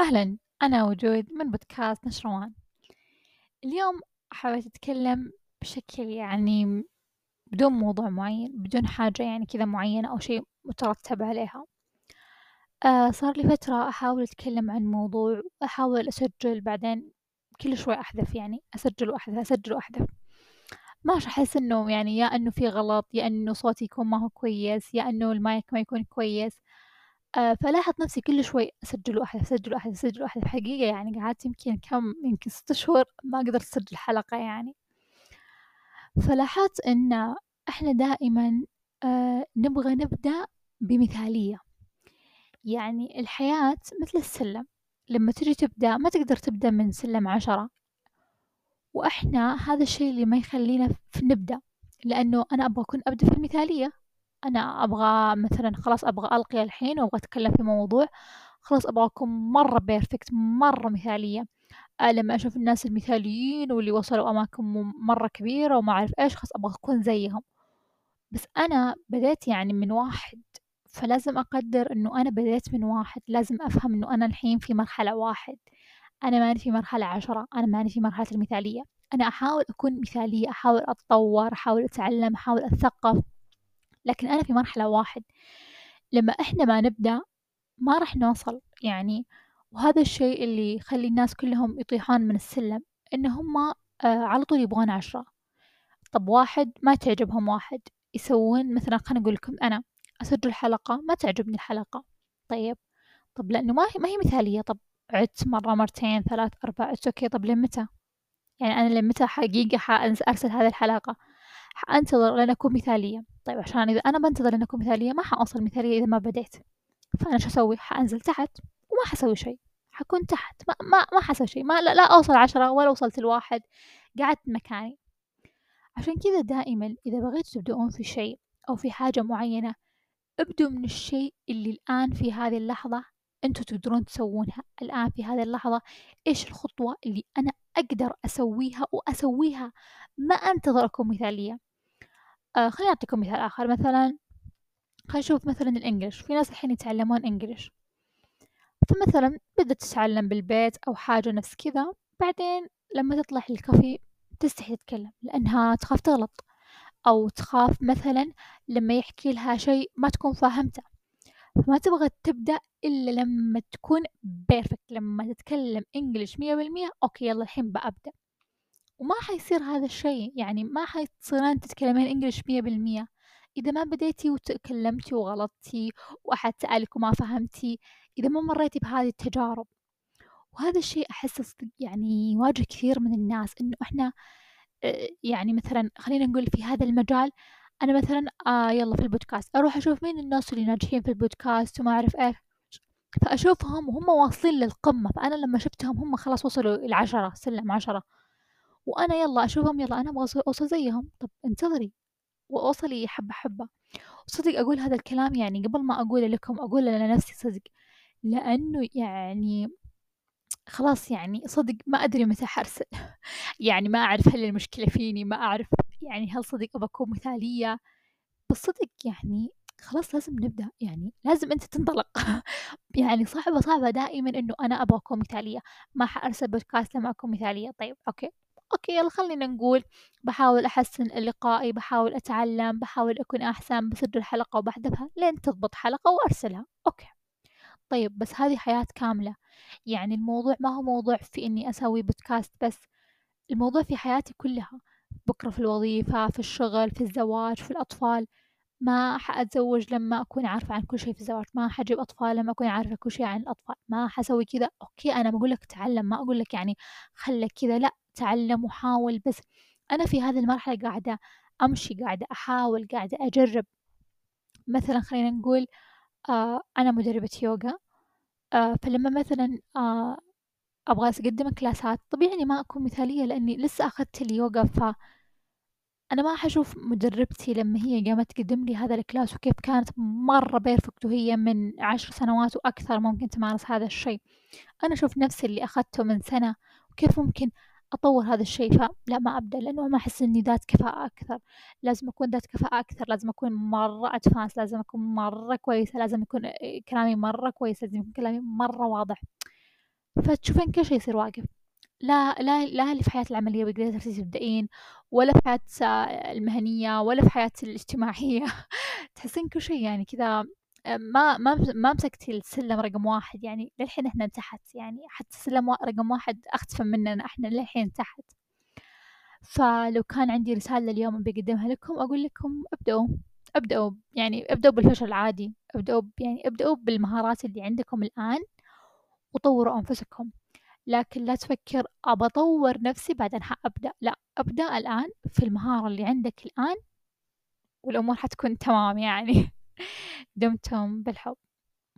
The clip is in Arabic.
أهلا، أنا وجود من بودكاست نشروان. اليوم حابة أتكلم بشكل بدون موضوع معين، بدون حاجة كذا معينة أو شيء مترتب عليها. صار لي فترة أحاول أتكلم عن موضوع، أحاول أسجل، بعدين كل شوي أحذف، أسجل وأحذف أسجل وأحذف. ماش أحس إنه يا إنه في غلط، يا إنه صوتي يكون ما هو كويس، يا إنه المايك ما يكون كويس. فلاحظ نفسي كل شوي أسجل وأحذف أسجل وأحذف أسجل وأحذف، حقيقة قعدت يمكن 6 شهور ما قدرت أسجل حلقة فلاحظت إن إحنا دائمًا نبغى نبدأ بمثالية، الحياة مثل السلم، لما تيجي تبدأ ما تقدر تبدأ من سلم 10، وإحنا هذا الشي اللي ما يخلينا نبدأ، لأنه أنا أبغى أبدأ في المثالية. أنا أبغى مثلًا خلاص أبغى ألقي الحين وأبغى أتكلم في موضوع، خلاص أبغى أكون مرة perfect، مرة مثالية. لما أشوف الناس المثاليين واللي وصلوا أماكن مرة كبيرة وما أعرف إيش، خلاص أبغى أكون زيهم. بس أنا بديت من 1، فلازم أقدر إنه أنا بديت من 1، لازم أفهم إنه أنا الحين في مرحلة 1، أنا ماني في مرحلة 10، أنا ماني في مرحلة المثالية. أنا أحاول أكون مثالية، أحاول أتطور، أحاول أتعلم، أحاول أتثقف، لكن أنا في مرحلة 1. لما إحنا ما نبدأ ما راح نوصل وهذا الشيء اللي يخلي الناس كلهم يطيحون من السلم، إن هم على طول يبغون 10. طب 1 ما تعجبهم، 1 يسوون مثلا، خلينا نقول لكم أنا أسجل حلقة ما تعجبني الحلقة. طيب، طب لأنه ما هي مثالية، طب عدت مرة مرتين 3 4 it's okay. طب لمتى؟ أنا لمتى حقيقة أرسل هذه الحلقة؟ حأنتظر لين أكون مثالية. طيب عشان إذا أنا بنتظر لين أكون مثالية ما حأوصل مثالية إذا ما بديت. فأنا شو أسوي؟ حأنزل تحت وما حاسوي شي، حكون تحت ما حاسوي شي، ما لا أوصل 10 ولا وصلت ل1، قعدت مكاني. عشان كذا دائما إذا بغيتوا تبدؤون في شيء أو في حاجة معينة، ابدوا من الشيء اللي الآن في هذه اللحظة أنتوا تقدرون تسوونها الآن في هذه اللحظة. إيش الخطوة اللي أنا أقدر أسويها وأسويها، ما أنتظر أكون مثالية. خليني أعطيكم مثال آخر. مثلا خلينا نشوف مثلا الإنجليش. في ناس الحين يتعلمون إنجليش، فمثلا بدأت تتعلم بالبيت أو حاجة نفس كذا، بعدين لما تطلع الكافي تستحي تتكلم لأنها تخاف تغلط، أو تخاف مثلا لما يحكي لها شيء ما تكون فاهمته، فما تبغى تبدأ إلا لما تكون بيرفكت، لما تتكلم إنجليش 100%. أوكي يلا الحين بأبدأ، وما حيصير هذا الشيء. ما حتصيرين تتكلمين إنجليش 100% إذا ما بديتي وتكلمتي وغلطتي وأحد سألك وما فهمتي، إذا ما مريتي بهذه التجارب. وهذا الشيء أحسه صدق يواجه كثير من الناس، إنه إحنا مثلا خلينا نقول في هذا المجال، أنا مثلا يلا في البودكاست أروح أشوف مين الناس اللي ناجحين في البودكاست وما أعرف إيش، فأشوفهم وهم واصلين للقمة، فأنا لما شفتهم هم خلاص وصلوا ال10 سلم 10، وأنا يلا أشوفهم يلا أنا أبغى أوصل زيهم. طب انتظري وأوصلي حبة حبة. وصدق أقول هذا الكلام قبل ما أقوله لكم أقوله لنفسي صدق، لأنه خلاص صدق ما أدري متى حرسل. ما أعرف هل المشكلة فيني، ما أعرف هل صدق أبى أكون مثالية. بس صدق خلاص لازم نبدأ، لازم أنت تنطلق. صعبة دائما إنه أنا أبغى أكون مثالية، ما حأرسل بودكاست لما أكون مثالية. طيب أوكي يلا خلينا نقول بحاول أحسن لقائي، بحاول أتعلم، بحاول أكون أحسن، بسجل حلقة وبحذفها لين تضبط حلقة وأرسلها. أوكي طيب، بس هذه حياة كاملة. الموضوع ما هو موضوع في إني أسوي بودكاست بس، الموضوع في حياتي كلها. بكرة في الوظيفة، في الشغل، في الزواج، في الأطفال. ما حأتزوج لما أكون عارفة عن كل شيء في الزواج، ما حجيب أطفال لما أكون عارفة كل شيء عن الأطفال، ما حسوي كذا. أوكي أنا بقول لك تعلم، ما أقول لك خلك كذا، لا تعلم وحاول. بس أنا في هذه المرحلة قاعدة أمشي، قاعدة أحاول، قاعدة أجرب. مثلا خلينا نقول أنا مدربة يوغا، فلما مثلا أبغى أقدم كلاسات، طبيعي إني ما أكون مثالية لأني لسه أخذت اليوغا، فأنا ما حشوف مدربتي لما هي قامت تقدم لي هذا الكلاس وكيف كانت مرة بيرفكت وهي من 10 سنوات وأكثر ممكن تمارس هذا الشيء. أنا أشوف نفسي اللي أخذته من سنة وكيف ممكن أطور هذا الشيء، فلا ما أبدأ، لأنه ما أحس إني ذات كفاءة أكثر. لازم أكون ذات كفاءة أكثر، لازم أكون مرة أدفانس، لازم أكون مرة كويسة، لازم يكون كلامي مرة كويس، لازم يكون كلامي مرة واضح. فتشوفين كل شي يصير واقف. لا اللي في حياتي العملية بقدر تبدأين، ولا في حياتي المهنية، ولا في حياتي الاجتماعية. تحسين كل شي يعني كذا. ما مسكتي السلم رقم 1 يعني، للحين إحنا تحت يعني، حتى السلم رقم 1 أختفى مننا، إحنا للحين تحت. فلو كان عندي رسالة اليوم أبي أقدمها لكم، أقول لكم ابدأوا يعني، ابدأوا بالفشل العادي، ابدأوا بالمهارات اللي عندكم الآن، وطوروا أنفسكم. لكن لا تفكر أبى أطور نفسي بعدين حأبدأ، لأ، ابدأ الآن في المهارة اللي عندك الآن، والأمور حتكون تمام يعني. دمتم بالحب.